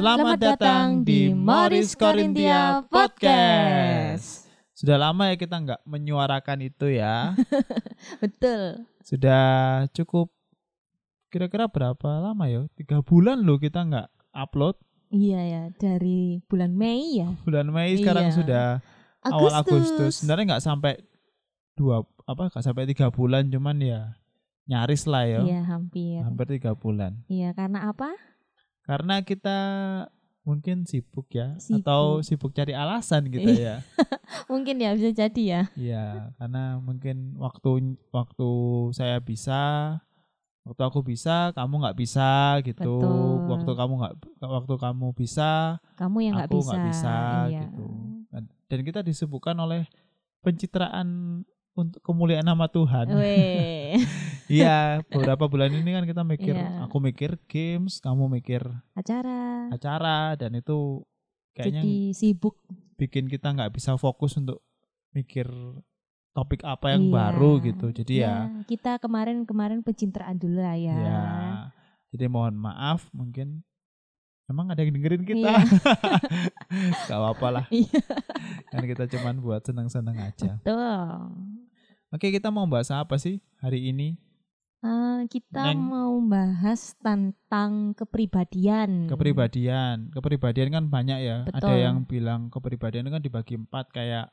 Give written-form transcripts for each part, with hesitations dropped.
Selamat datang di Morris Corinthia Podcast. Sudah lama ya kita nggak menyuarakan itu ya. Betul. Sudah cukup kira-kira berapa lama ya? 3 bulan loh kita nggak upload. Iya ya, dari bulan Mei ya. Bulan Mei sekarang sudah awal Agustus. Sebenarnya nggak sampai 3 bulan, cuman ya nyaris lah ya. Iya, hampir 3 bulan. Iya, karena apa? Karena kita mungkin sibuk ya, atau sibuk cari alasan gitu ya. Mungkin ya, bisa jadi ya. Iya, karena mungkin waktu saya bisa, waktu aku bisa, kamu nggak bisa gitu. Betul. Waktu kamu bisa, kamu yang nggak bisa. Iya. Gitu. Dan kita disibukkan oleh pencitraan untuk kemuliaan nama Tuhan. Iya, beberapa bulan ini kan kita mikir, aku mikir games, kamu mikir acara, dan itu kayaknya jadi sibuk, bikin kita nggak bisa fokus untuk mikir topik apa yang baru gitu. Jadi ya kita kemarin pencitraan dulu lah ya. Iya. Jadi mohon maaf, mungkin emang ada yang dengerin kita. Gak apa-apa lah. Kan kita cuman buat seneng-seneng aja. Betul. Oke, kita mau bahas apa sih hari ini? Kita mau bahas tentang kepribadian. Kepribadian kan banyak ya. Betul. Ada yang bilang kepribadian kan dibagi 4 kayak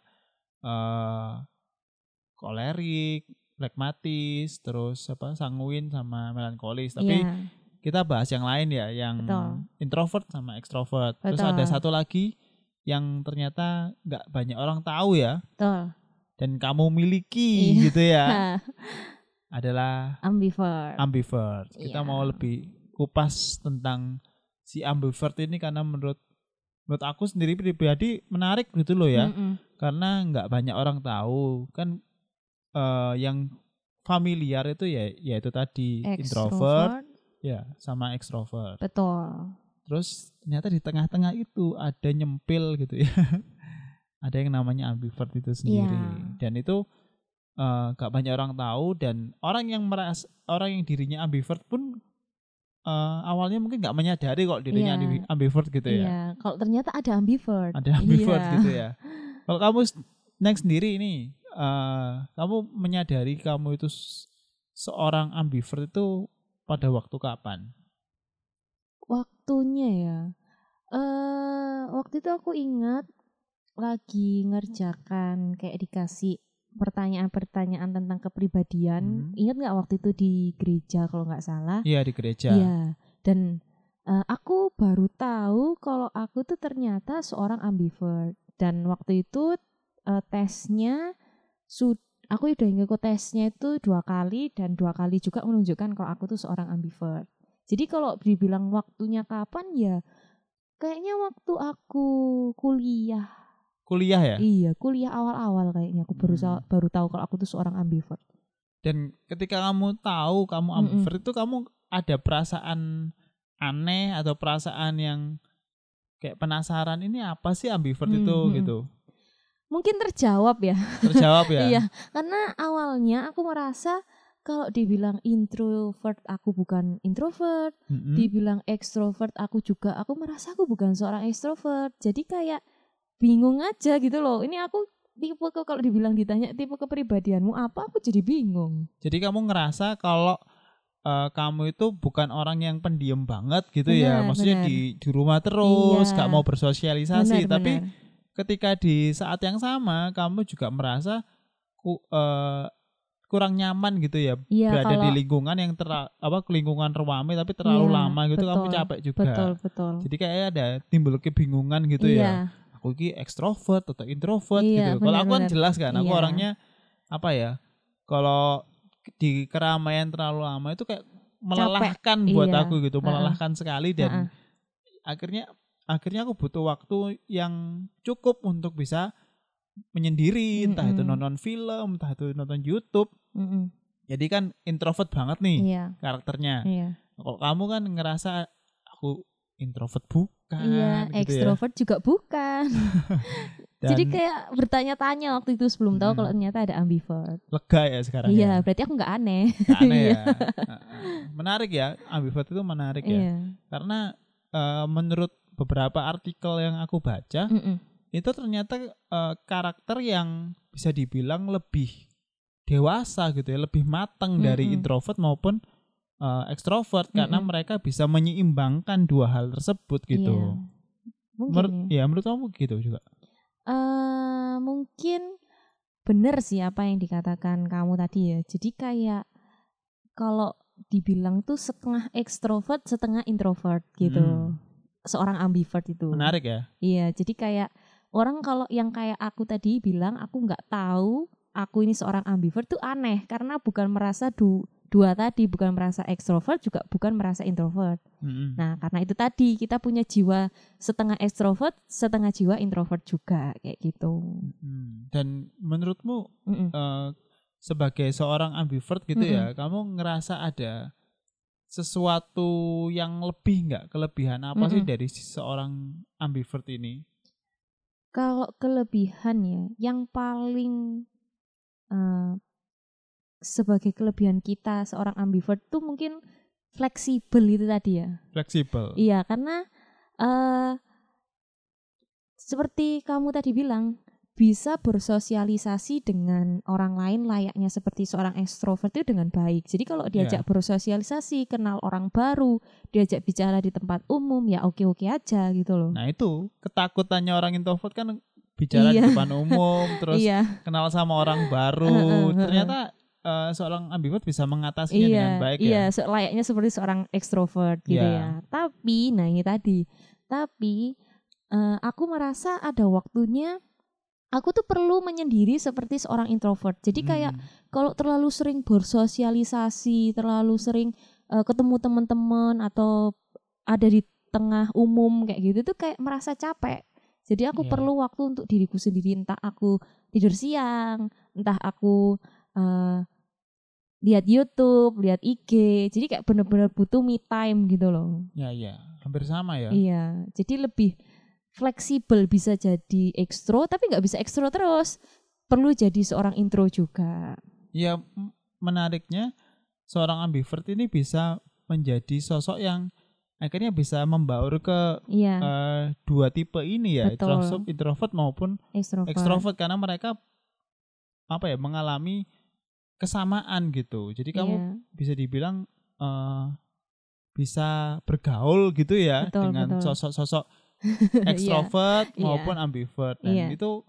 kolerik, pragmatis, terus sanguin sama melankolis. Tapi kita bahas yang lain ya, yang introvert sama extrovert. Terus ada satu lagi yang ternyata nggak banyak orang tahu ya. Betul. Dan kamu miliki gitu ya. Adalah ambivert. Kita mau lebih kupas tentang si ambivert ini karena menurut aku sendiri pribadi menarik gitu loh ya. Karena nggak banyak orang tahu kan. Yang familiar itu ya itu tadi introvert ya sama extrovert. Betul. Terus ternyata di tengah-tengah itu ada nyempil gitu ya. Ada yang namanya ambivert itu sendiri. Dan itu gak banyak orang tahu, dan orang yang dirinya ambivert pun awalnya mungkin gak menyadari kok dirinya ambivert gitu ya. Iya, kalau ternyata ada ambivert. Gitu ya. Kalau kamu sendiri ini, kamu menyadari kamu itu seorang ambivert itu pada waktu kapan? Waktunya ya. Waktu itu aku ingat lagi ngerjakan kayak dikasih pertanyaan-pertanyaan tentang kepribadian. Ingat nggak waktu itu di gereja kalau nggak salah? Iya, di gereja. Iya. Dan aku baru tahu kalau aku tuh ternyata seorang ambivert. Dan waktu itu tesnya aku udah ngikut tesnya itu 2 kali, dan 2 kali juga menunjukkan kalau aku tuh seorang ambivert. Jadi kalau dibilang waktunya kapan ya kayaknya waktu aku kuliah ya? Iya, kuliah awal-awal kayaknya aku baru tahu kalau aku tuh seorang ambivert. Dan ketika kamu tahu kamu ambivert itu, kamu ada perasaan aneh atau perasaan yang kayak penasaran, ini apa sih ambivert itu gitu? Mungkin terjawab ya. Iya, karena awalnya aku merasa kalau dibilang introvert aku bukan introvert, dibilang extrovert aku merasa aku bukan seorang extrovert. Jadi kayak bingung aja gitu loh. Ini aku kalau ditanya tipe kepribadianmu apa, aku jadi bingung. Jadi kamu ngerasa kalau kamu itu bukan orang yang pendiam banget gitu ya. Maksudnya di rumah terus, gak mau bersosialisasi. Tapi ketika di saat yang sama kamu juga merasa kurang nyaman gitu ya, berada di lingkungan yang lingkungan rame tapi terlalu lama gitu, kamu capek juga. Betul. Jadi kayak ada timbul kebingungan gitu ya. Aku ini ekstrovert atau introvert gitu. Kalau aku kan jelas kan, aku orangnya kalau di keramaian terlalu lama itu kayak melelahkan buat aku gitu, melelahkan sekali, dan akhirnya aku butuh waktu yang cukup untuk bisa menyendiri, entah itu nonton film, entah itu nonton YouTube. Jadi kan introvert banget nih karakternya. Kalau kamu kan ngerasa aku introvert bukan. Iya, gitu ekstrovert juga bukan. Jadi kayak bertanya-tanya waktu itu sebelum tahu kalau ternyata ada ambivert. Lega ya sekarang. Iya, berarti aku nggak aneh. Nggak aneh ya. Menarik ya, ambivert itu menarik ya. Karena menurut beberapa artikel yang aku baca itu ternyata karakter yang bisa dibilang lebih dewasa gitu ya, lebih matang dari introvert maupun ekstrovert karena mereka bisa menyeimbangkan dua hal tersebut gitu. Mungkin menurut kamu gitu juga? Mungkin benar sih apa yang dikatakan kamu tadi ya. Jadi kayak kalau dibilang tuh setengah ekstrovert, setengah introvert gitu. Seorang ambivert itu. Menarik ya? Iya, jadi kayak orang kalau yang kayak aku tadi bilang aku nggak tahu aku ini seorang ambivert tuh aneh karena bukan merasa dua tadi, bukan merasa ekstrovert juga bukan merasa introvert. Nah, karena itu tadi kita punya jiwa setengah ekstrovert, setengah jiwa introvert juga kayak gitu. Dan menurutmu sebagai seorang ambivert gitu ya, kamu ngerasa ada sesuatu yang lebih nggak? Kelebihan apa sih dari seorang ambivert ini? Kalau kelebihan ya, yang paling sebagai kelebihan kita seorang ambivert tuh mungkin fleksibel itu tadi ya. Fleksibel. Iya, karena seperti kamu tadi bilang, bisa bersosialisasi dengan orang lain layaknya seperti seorang ekstrovert itu dengan baik. Jadi kalau diajak bersosialisasi, kenal orang baru, diajak bicara di tempat umum, ya oke-oke aja gitu loh. Nah itu, ketakutannya orang introvert kan bicara di depan umum, terus kenal sama orang baru. Ternyata seorang ambivert bisa mengatasinya dengan baik ya. Iya, layaknya seperti seorang ekstrovert gitu ya. Tapi, nah ini tadi, aku merasa ada waktunya aku tuh perlu menyendiri seperti seorang introvert. Jadi kayak kalau terlalu sering bersosialisasi, terlalu sering ketemu teman-teman atau ada di tengah umum kayak gitu tuh kayak merasa capek. Jadi aku perlu waktu untuk diriku sendiri, entah aku tidur siang, entah aku lihat YouTube, lihat IG. Jadi kayak benar-benar butuh me time gitu loh. Iya, hampir sama ya. Iya, jadi lebih fleksibel, bisa jadi ekstro tapi nggak bisa ekstro terus, perlu jadi seorang intro juga. Ya, menariknya seorang ambivert ini bisa menjadi sosok yang akhirnya bisa membaur ke dua tipe ini ya. Betul. Introvert maupun ekstrovert karena mereka mengalami kesamaan gitu. Jadi kamu bisa dibilang bisa bergaul gitu ya. Betul, dengan sosok-sosok ekstrovert maupun ambivert, dan itu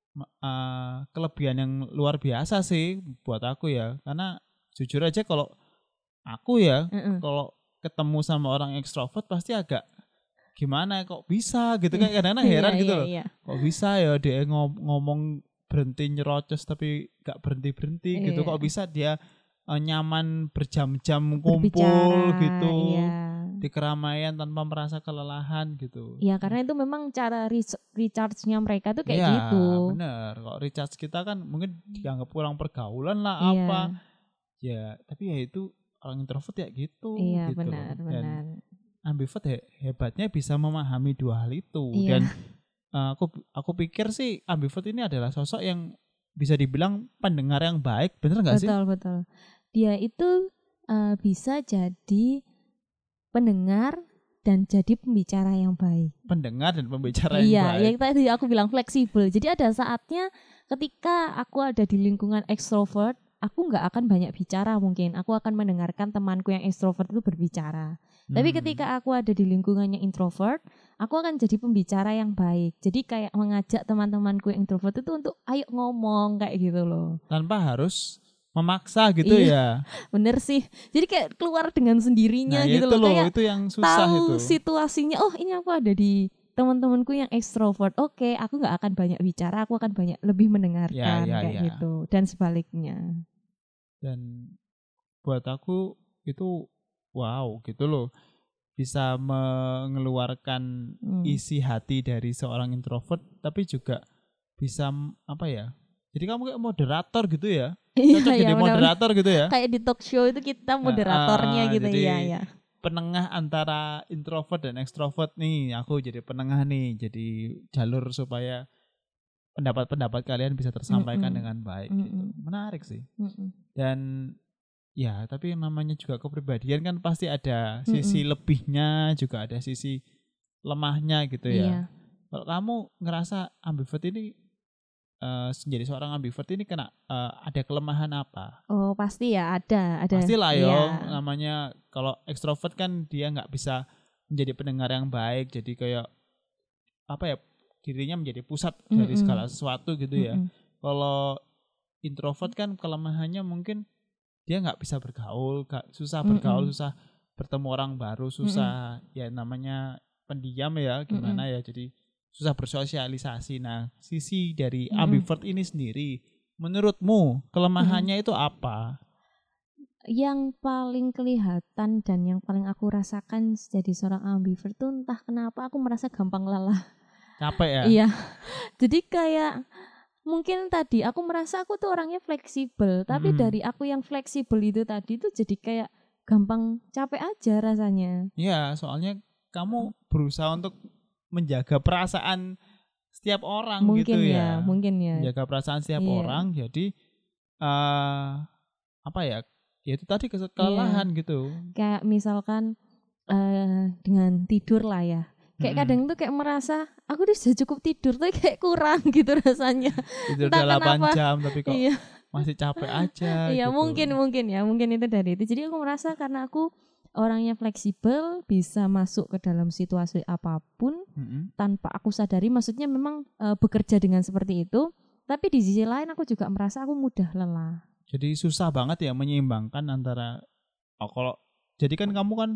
kelebihan yang luar biasa sih buat aku ya, karena jujur aja kalau aku ya kalau ketemu sama orang ekstrovert pasti agak gimana kok bisa gitu kan, kadang-kadang heran gitu loh, kok bisa ya dia ngomong berhenti nyerocos tapi gak berhenti gitu, kok bisa dia nyaman berjam-jam kumpul gitu di keramaian tanpa merasa kelelahan gitu. Iya, karena itu memang cara recharge-nya mereka tuh kayak gitu. Iya, bener. Kalau recharge kita kan mungkin dianggap kurang pergaulan lah apa. Ya, tapi ya itu orang introvert ya gitu. Iya, gitu. benar. Ambivert hebatnya bisa memahami dua hal itu. Dan aku pikir sih ambivert ini adalah sosok yang bisa dibilang pendengar yang baik, bener nggak sih? Betul. Dia itu bisa jadi pendengar dan jadi pembicara yang baik. Pendengar dan pembicara yang baik. Iya, yang tadi aku bilang fleksibel. Jadi ada saatnya ketika aku ada di lingkungan ekstrovert, aku nggak akan banyak bicara mungkin. Aku akan mendengarkan temanku yang ekstrovert itu berbicara. Tapi ketika aku ada di lingkungan yang introvert, aku akan jadi pembicara yang baik. Jadi kayak mengajak teman-temanku yang introvert itu untuk ayo ngomong kayak gitu loh. Tanpa harus memaksa gitu ya. Bener sih. Jadi kayak keluar dengan sendirinya gitu loh. Kayak itu yang susah tahu itu. Situasinya, oh ini aku ada di teman-temanku yang ekstrovert. Oke, aku nggak akan banyak bicara, aku akan lebih mendengarkan gitu. Dan sebaliknya. Dan buat aku itu wow gitu loh. Bisa mengeluarkan isi hati dari seorang introvert, tapi juga bisa jadi kamu kayak moderator gitu ya. Cocok jadi moderator gitu ya. Kayak di talk show itu kita moderatornya gitu ya. Penengah antara introvert dan ekstrovert nih. Aku jadi penengah nih. Jadi jalur supaya pendapat-pendapat kalian bisa tersampaikan dengan baik gitu. Menarik sih. Dan ya, tapi yang namanya juga kepribadian kan pasti ada sisi lebihnya, juga ada sisi lemahnya gitu ya. Kalau kamu ngerasa ambivert ini menjadi seorang ambivert ini ada kelemahan apa? Oh pasti ya ada. Pastilah ya. Namanya kalau ekstrovert kan dia nggak bisa menjadi pendengar yang baik, jadi kayak apa ya, dirinya menjadi pusat dari segala sesuatu gitu ya. Kalau introvert kan kelemahannya mungkin dia nggak bisa bergaul, susah bergaul, susah bertemu orang baru, susah ya namanya pendiam ya gimana ya, jadi susah bersosialisasi. Nah, sisi dari ambivert ini sendiri, menurutmu kelemahannya itu apa? Yang paling kelihatan dan yang paling aku rasakan jadi seorang ambivert tuh entah kenapa aku merasa gampang lelah. Capek ya? Iya. Jadi kayak mungkin tadi aku merasa aku tuh orangnya fleksibel, tapi dari aku yang fleksibel itu tadi tuh jadi kayak gampang capek aja rasanya. Iya, soalnya kamu berusaha untuk menjaga perasaan setiap orang mungkin gitu ya. Mungkin ya. Menjaga perasaan setiap orang, jadi apa ya? Ya itu tadi kelelahan gitu. Kayak misalkan dengan tidur lah ya. Kayak kadang tuh kayak merasa aku udah sudah cukup tidur tuh kayak kurang gitu rasanya. Tidur udah 8 jam tapi kok masih capek aja. Iya gitu. mungkin itu dari itu. Jadi aku merasa karena aku orangnya fleksibel, bisa masuk ke dalam situasi apapun tanpa aku sadari. Maksudnya memang bekerja dengan seperti itu. Tapi di sisi lain aku juga merasa aku mudah lelah. Jadi susah banget ya menyeimbangkan antara kalau jadi kan kamu kan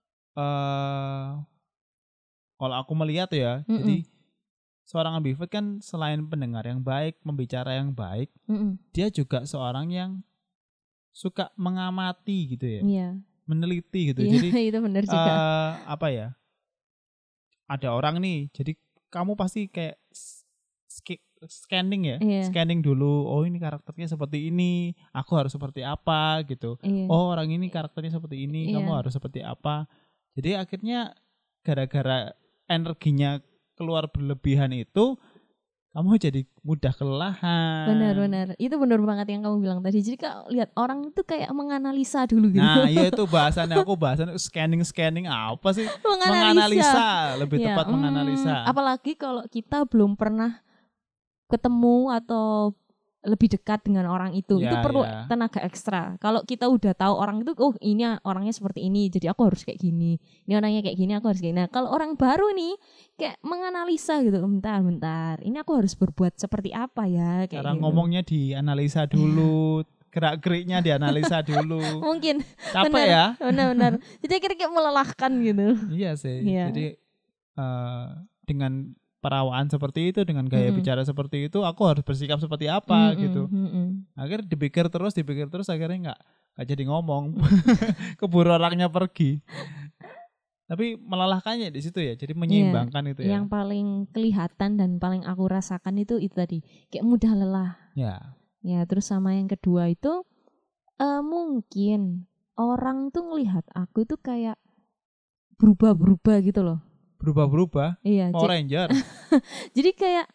kalau aku melihat ya, jadi seorang ambivert kan selain pendengar yang baik, membicara yang baik, dia juga seorang yang suka mengamati gitu ya. Iya. Meneliti gitu. Jadi itu benar juga. Apa ya? Ada orang nih, jadi kamu pasti kayak scanning ya. Scanning dulu, oh ini karakternya seperti ini, aku harus seperti apa gitu. Oh orang ini karakternya seperti ini, kamu harus seperti apa. Jadi akhirnya gara-gara energinya keluar berlebihan itu, kamu jadi mudah kelelahan. Benar. Itu benar banget yang kamu bilang tadi. Jadi kalau lihat orang itu kayak menganalisa dulu gitu. Nah, iya itu bahasannya scanning apa sih? Menganalisa lebih tepat menganalisa. Apalagi kalau kita belum pernah ketemu atau lebih dekat dengan orang itu perlu tenaga ekstra. Kalau kita udah tahu orang itu, oh ini orangnya seperti ini, jadi aku harus kayak gini. Ini orangnya kayak gini, aku harus kayak gini. Nah, kalau orang baru nih kayak menganalisa gitu, bentar. Ini aku harus berbuat seperti apa ya? Kayak cara gitu. Ngomongnya dianalisa dulu, gerak-geriknya dianalisa dulu. Mungkin. Capek ya? Benar. Jadi kayak melelahkan gitu. Iya sih. Jadi dengan perawaan seperti itu, dengan gaya bicara seperti itu, aku harus bersikap seperti apa gitu. Akhirnya dipikir terus akhirnya nggak jadi ngomong. Keburu orangnya pergi. Tapi melelahkannya di situ ya, jadi menyeimbangkan itu ya. Yang paling kelihatan dan paling aku rasakan itu tadi, kayak mudah lelah. Ya, terus sama yang kedua itu mungkin orang tuh ngelihat aku itu kayak berubah-berubah gitu loh. Berubah-berubah? Iya. Power Ranger? Jadi kayak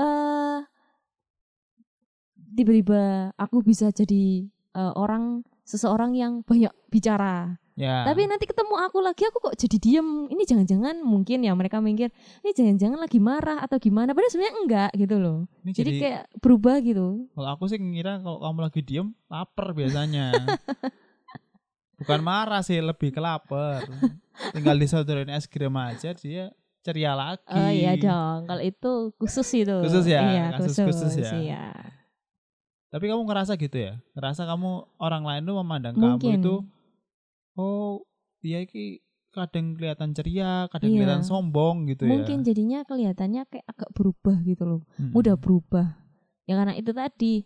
tiba-tiba aku bisa jadi seseorang yang banyak bicara. Tapi nanti ketemu aku lagi aku kok jadi diem. Ini jangan-jangan mungkin ya mereka mikir ini jangan-jangan lagi marah atau gimana. Padahal sebenarnya enggak gitu loh. Jadi kayak berubah gitu. Kalau aku sih ngira kalau kamu lagi diem lapar biasanya. Bukan marah sih, lebih ke lapar. Tinggal disodorin es krim aja dia ceria lagi. Oh iya dong, kalau itu khusus itu. Khusus ya, iya, khusus ya. Iya. Tapi kamu ngerasa gitu ya? Ngerasa kamu orang lain tuh memandang kamu itu, oh dia ini kadang kelihatan ceria, kadang kelihatan sombong gitu ya. Mungkin jadinya kelihatannya kayak agak berubah gitu loh, mudah berubah. Ya karena itu tadi.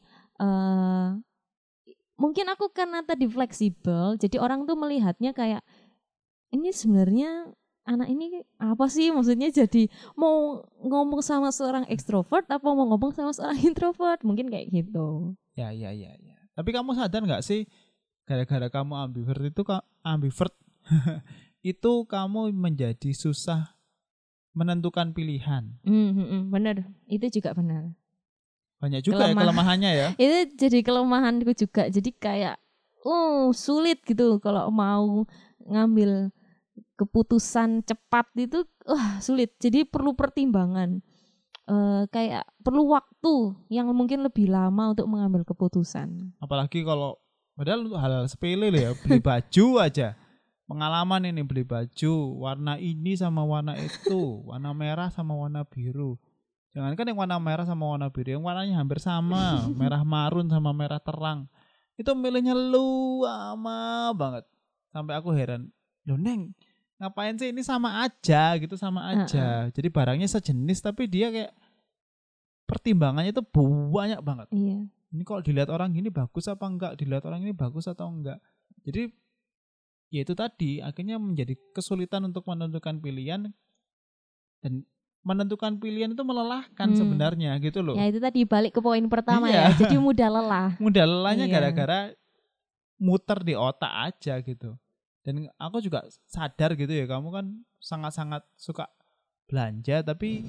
Mungkin aku karena tadi fleksibel, jadi orang tuh melihatnya kayak ini sebenarnya anak ini apa sih, maksudnya jadi mau ngomong sama seorang ekstrovert apa mau ngomong sama seorang introvert, mungkin kayak gitu. Ya. Tapi kamu sadar nggak sih gara-gara kamu ambivert itu kamu menjadi susah menentukan pilihan. Benar, itu juga benar. Banyak juga kelemahannya ya. Itu jadi kelemahanku juga. Jadi kayak sulit gitu kalau mau ngambil keputusan cepat itu sulit. Jadi perlu pertimbangan. Kayak perlu waktu yang mungkin lebih lama untuk mengambil keputusan. Apalagi kalau padahal hal-hal sepele loh ya, beli baju aja. Pengalaman ini beli baju warna ini sama warna itu, warna merah sama warna biru. Jangankan yang warna merah sama warna biru, yang warnanya hampir sama, merah marun sama merah terang. Itu milihnya lama banget. Sampai aku heran, loh Neng, ngapain sih ini sama aja gitu, sama aja. Jadi barangnya sejenis tapi dia kayak pertimbangannya itu banyak banget. Iya. Ini kalau dilihat orang gini bagus apa enggak, dilihat orang ini bagus atau enggak. Jadi ya itu tadi akhirnya menjadi kesulitan untuk menentukan pilihan, dan menentukan pilihan itu melelahkan sebenarnya gitu loh. Ya itu tadi balik ke poin pertama ya. Jadi mudah lelah. Mudah lelahnya gara-gara muter di otak aja gitu. Dan aku juga sadar gitu ya, kamu kan sangat-sangat suka belanja, tapi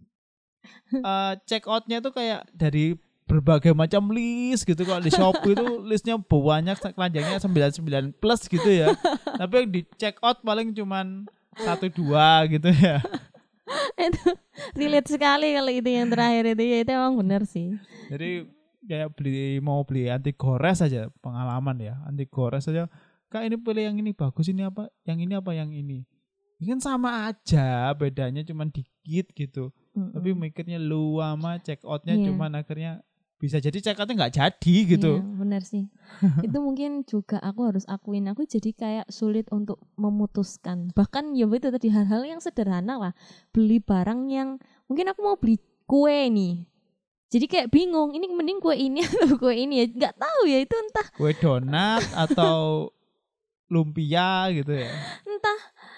check outnya tuh kayak dari berbagai macam list gitu. Kalau di Shopee itu listnya banyak, keranjangnya 99 plus gitu ya. Tapi yang di check out paling cuman 1-2 gitu ya. Itu relate sekali kalau itu yang terakhir itu, ya itu emang benar sih. Jadi kayak mau beli anti gores aja, pengalaman ya, anti gores aja. Kak ini pilih yang ini bagus, ini apa, yang ini apa, yang ini. Ini kan sama aja, bedanya cuman dikit gitu. Tapi mikirnya lu sama check outnya cuman akhirnya bisa jadi check outnya nggak jadi gitu. Iya, benar sih. Itu mungkin juga aku harus akuin, aku jadi kayak sulit untuk memutuskan. Bahkan ya itu tadi hal-hal yang sederhana lah. Beli barang yang mungkin aku mau beli kue nih. Jadi kayak bingung, ini mending kue ini atau kue ini ya. Nggak tahu ya, itu entah kue donat atau lumpia gitu ya. Entah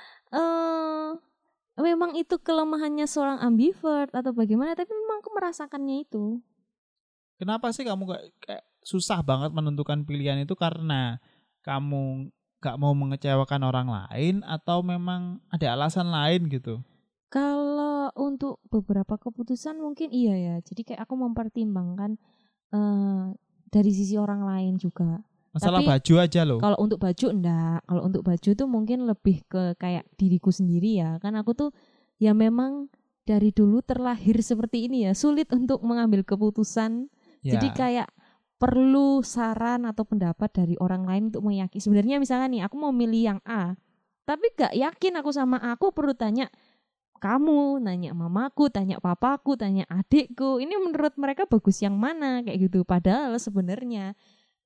memang itu kelemahannya seorang ambivert atau bagaimana, tapi memang aku merasakannya itu. Kenapa sih kamu kayak susah banget menentukan pilihan itu? Karena kamu gak mau mengecewakan orang lain atau memang ada alasan lain gitu? Kalau untuk beberapa keputusan mungkin iya ya. Jadi kayak aku mempertimbangkan dari sisi orang lain juga. Masalah tapi, baju aja loh. Kalau untuk baju enggak. Kalau untuk baju tuh mungkin lebih ke kayak diriku sendiri ya. Kan aku tuh ya memang dari dulu terlahir seperti ini ya. Sulit untuk mengambil keputusan. Ya. Jadi kayak perlu saran atau pendapat dari orang lain untuk meyakini. Sebenarnya misalnya nih aku mau milih yang A. Tapi gak yakin aku sama A. Aku perlu tanya kamu, nanya mamaku, tanya papaku, tanya adikku. Ini menurut mereka bagus yang mana kayak gitu. Padahal sebenarnya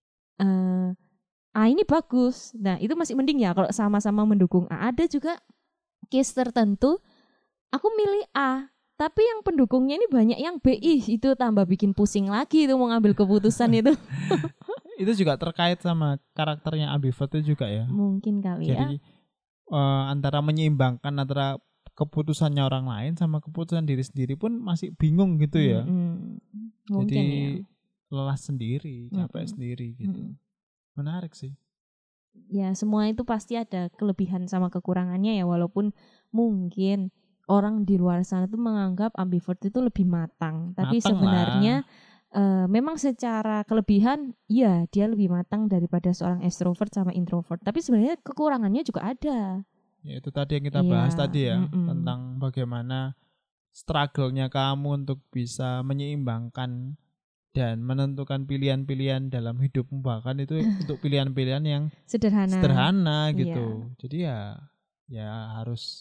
A ini bagus. Nah itu masih mending ya kalau sama-sama mendukung A. Ada juga case tertentu aku milih A, tapi yang pendukungnya ini banyak yang B. Itu tambah bikin pusing lagi itu mau ngambil keputusan itu. Itu juga terkait sama karakternya ambivert itu juga ya. Mungkin kali. Jadi, ya antara menyeimbangkan antara keputusannya orang lain sama keputusan diri sendiri pun masih bingung gitu ya. Mungkin jadi ya. Lelah sendiri, capek sendiri gitu. Menarik sih. Ya semua itu pasti ada kelebihan sama kekurangannya ya, walaupun mungkin orang di luar sana tuh menganggap ambivert itu lebih matang. Tapi sebenarnya memang secara kelebihan iya dia lebih matang daripada seorang extrovert sama introvert. Tapi sebenarnya kekurangannya juga ada. Ya itu tadi yang kita bahas tadi ya, tentang bagaimana struggle-nya kamu untuk bisa menyeimbangkan dan menentukan pilihan-pilihan dalam hidupmu, bahkan itu untuk pilihan-pilihan yang sederhana gitu. Iya. Jadi ya harus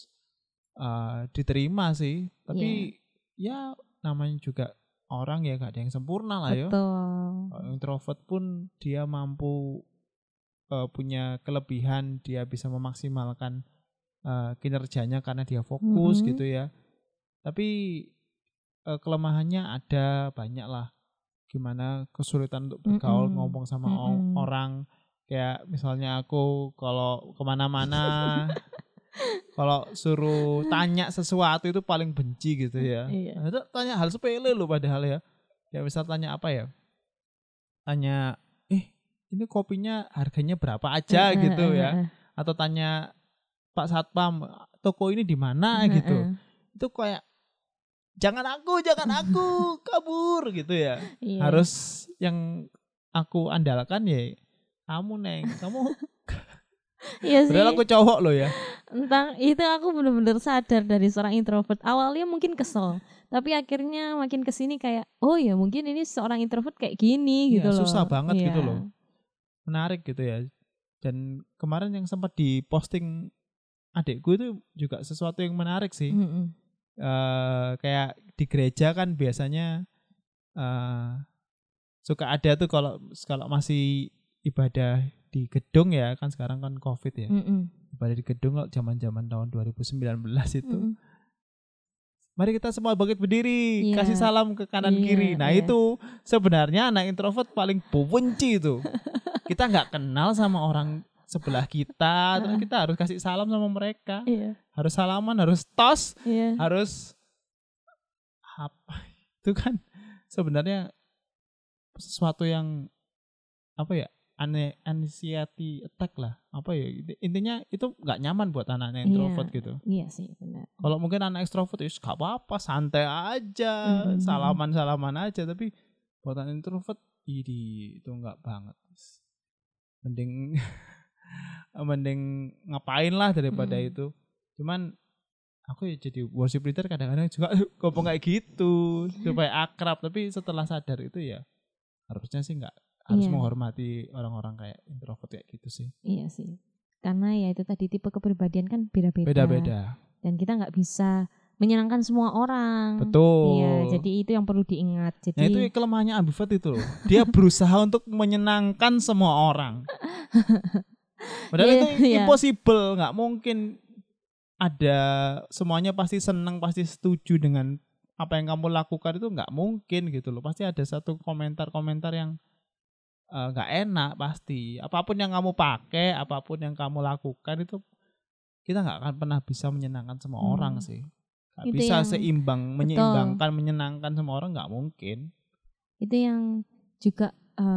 diterima sih. Tapi ya namanya juga orang ya gak ada yang sempurna lah ya. Introvert pun dia mampu punya kelebihan, dia bisa memaksimalkan kinerjanya karena dia fokus gitu ya. Tapi kelemahannya ada banyak lah. Gimana kesulitan untuk bergaul, ngomong sama orang. Kayak misalnya aku kalau kemana-mana kalau suruh tanya sesuatu itu paling benci gitu ya. Itu tanya hal sepele loh padahal ya. Ya misal tanya apa ya, tanya ini kopinya harganya berapa aja gitu ya. Atau tanya Pak Satpam, toko ini di mana gitu. Itu kayak jangan aku kabur gitu ya. Harus yang aku andalkan ya kamu Neng, kamu. Iya sih. Padahal aku cowok loh ya. Tentang itu aku benar-benar sadar dari seorang introvert. Awalnya mungkin kesel, tapi akhirnya makin kesini kayak, oh ya mungkin ini seorang introvert kayak gini gitu loh. Susah banget gitu loh. Menarik gitu ya. Dan kemarin yang sempat diposting adikku itu juga sesuatu yang menarik sih. Kayak di gereja kan biasanya suka ada tuh kalau masih ibadah di gedung ya, kan sekarang kan COVID ya. Ibadah di gedung kalau zaman-zaman tahun 2019 itu. Mari kita semua bangkit berdiri, kasih salam ke kanan kiri. Nah itu sebenarnya anak introvert paling benci itu. Kita nggak kenal sama orang sebelah kita, terus kita harus kasih salam sama mereka. Harus salaman, harus tos, harus apa? Itu kan sebenarnya sesuatu yang apa ya? Anxiety attack lah, apa ya, intinya itu nggak nyaman buat anak introvert gitu. Iya sih benar. Kalau mungkin anak ekstrovert ya nggak apa-apa, santai aja, salaman aja, tapi buat anak introvert itu nggak banget. Mending ngapain lah daripada itu. Cuman aku ya jadi worship leader kadang-kadang juga ngomong kayak gitu supaya akrab, tapi setelah sadar itu ya harusnya sih nggak, harus menghormati orang-orang kayak introvert kayak gitu sih. Iya sih. Karena ya itu tadi tipe kepribadian kan beda-beda. Dan kita nggak bisa menyenangkan semua orang. Betul. Iya, jadi itu yang perlu diingat. Jadi itu kelemahannya ambivert itu loh. Dia berusaha untuk menyenangkan semua orang. Padahal itu impossible, nggak mungkin ada semuanya pasti senang, pasti setuju dengan apa yang kamu lakukan, itu nggak mungkin gitu loh. Pasti ada satu komentar-komentar yang gak enak pasti. Apapun yang kamu pakai, apapun yang kamu lakukan itu kita gak akan pernah bisa menyenangkan semua orang sih. Gak itu bisa menyeimbangkan, menyenangkan semua orang, gak mungkin. Itu yang juga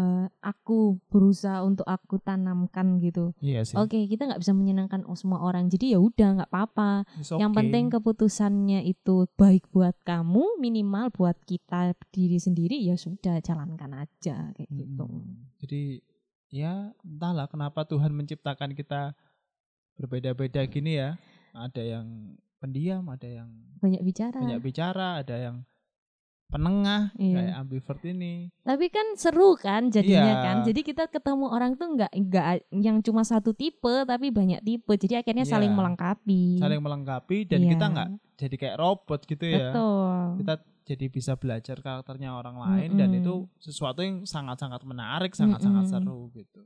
aku berusaha untuk aku tanamkan gitu. Iya sih. Oke, kita nggak bisa menyenangkan semua orang, jadi ya udah nggak apa-apa. Yang penting keputusannya itu baik buat kamu, minimal buat kita diri sendiri, ya sudah jalankan aja kayak gitu. Jadi ya entahlah kenapa Tuhan menciptakan kita berbeda-beda gini ya. Ada yang pendiam, ada yang banyak bicara, ada yang penengah kayak ambivert ini. Tapi kan seru kan jadinya kan. Jadi kita ketemu orang tuh nggak yang cuma satu tipe, tapi banyak tipe. Jadi akhirnya saling melengkapi. Saling melengkapi dan kita nggak jadi kayak robot gitu ya. Betul. Kita jadi bisa belajar karakternya orang lain dan itu sesuatu yang sangat-sangat menarik, sangat-sangat seru gitu.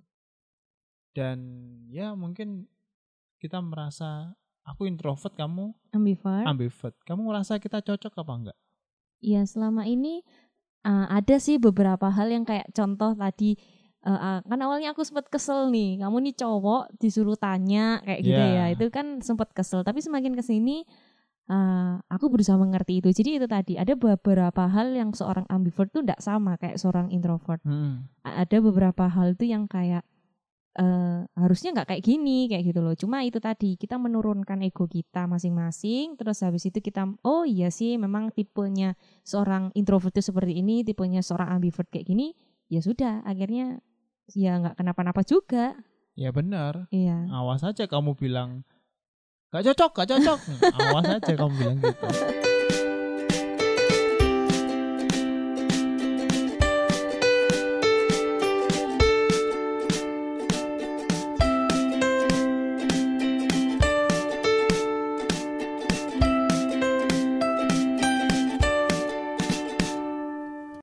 Dan ya mungkin kita merasa aku introvert, kamu ambivert. Kamu merasa kita cocok apa enggak? Iya, selama ini ada sih beberapa hal yang kayak contoh tadi, kan awalnya aku sempat kesel nih, kamu nih cowok disuruh tanya kayak gitu ya, itu kan sempat kesel. Tapi semakin kesini aku berusaha mengerti itu. Jadi itu tadi ada beberapa hal yang seorang ambivert tuh tidak sama kayak seorang introvert. Ada beberapa hal tuh yang kayak harusnya nggak kayak gini, kayak gitu loh. Cuma itu tadi kita menurunkan ego kita masing-masing. Terus habis itu kita, oh iya sih memang tipenya seorang introvert itu seperti ini, tipenya seorang ambivert kayak gini. Ya sudah, akhirnya ya nggak kenapa-napa juga. Ya benar. Iya. Awas aja kamu bilang gak cocok. Awas aja kamu bilang gitu.